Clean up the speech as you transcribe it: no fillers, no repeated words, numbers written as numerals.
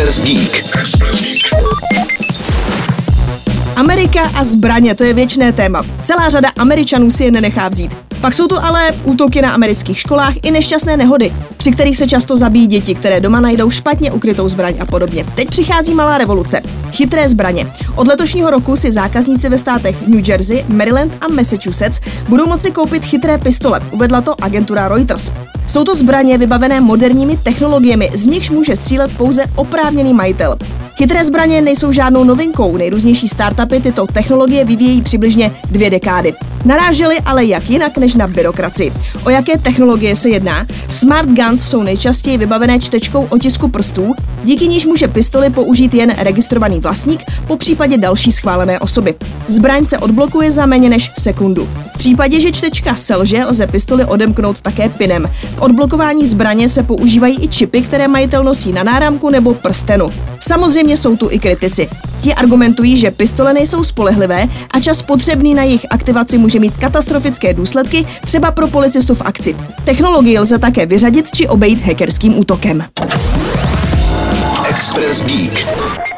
Express Geek. Amerika a zbraně, to je věčné téma. Celá řada Američanů si je nenechá vzít. Pak jsou tu ale útoky na amerických školách i nešťastné nehody, při kterých se často zabíjí děti, které doma najdou špatně ukrytou zbraň a podobně. Teď přichází malá revoluce. Chytré zbraně. Od letošního roku si zákazníci ve státech New Jersey, Maryland a Massachusetts budou moci koupit chytré pistole, uvedla to agentura Reuters. Jsou to zbraně vybavené moderními technologiemi, z nichž může střílet pouze oprávněný majitel. Chytré zbraně nejsou žádnou novinkou, nejrůznější startupy tyto technologie vyvíjejí přibližně 2 dekády. Narážely ale jak jinak než na byrokracii. O jaké technologie se jedná? Smart guns jsou nejčastěji vybavené čtečkou otisku prstů, díky níž může pistoli použít jen registrovaný vlastník, popřípadě další schválené osoby. Zbraň se odblokuje za méně než sekundu. V případě, že čtečka selže, lze pistoli odemknout také pinem. K odblokování zbraně se používají i čipy, které majitel nosí na náramku nebo prstenu. Samozřejmě jsou tu i kritici. Ti argumentují, že pistole nejsou spolehlivé a čas potřebný na jejich aktivaci může mít katastrofické důsledky, třeba pro policistu v akci. Technologii lze také vyřadit či obejít hackerským útokem. Express Geek.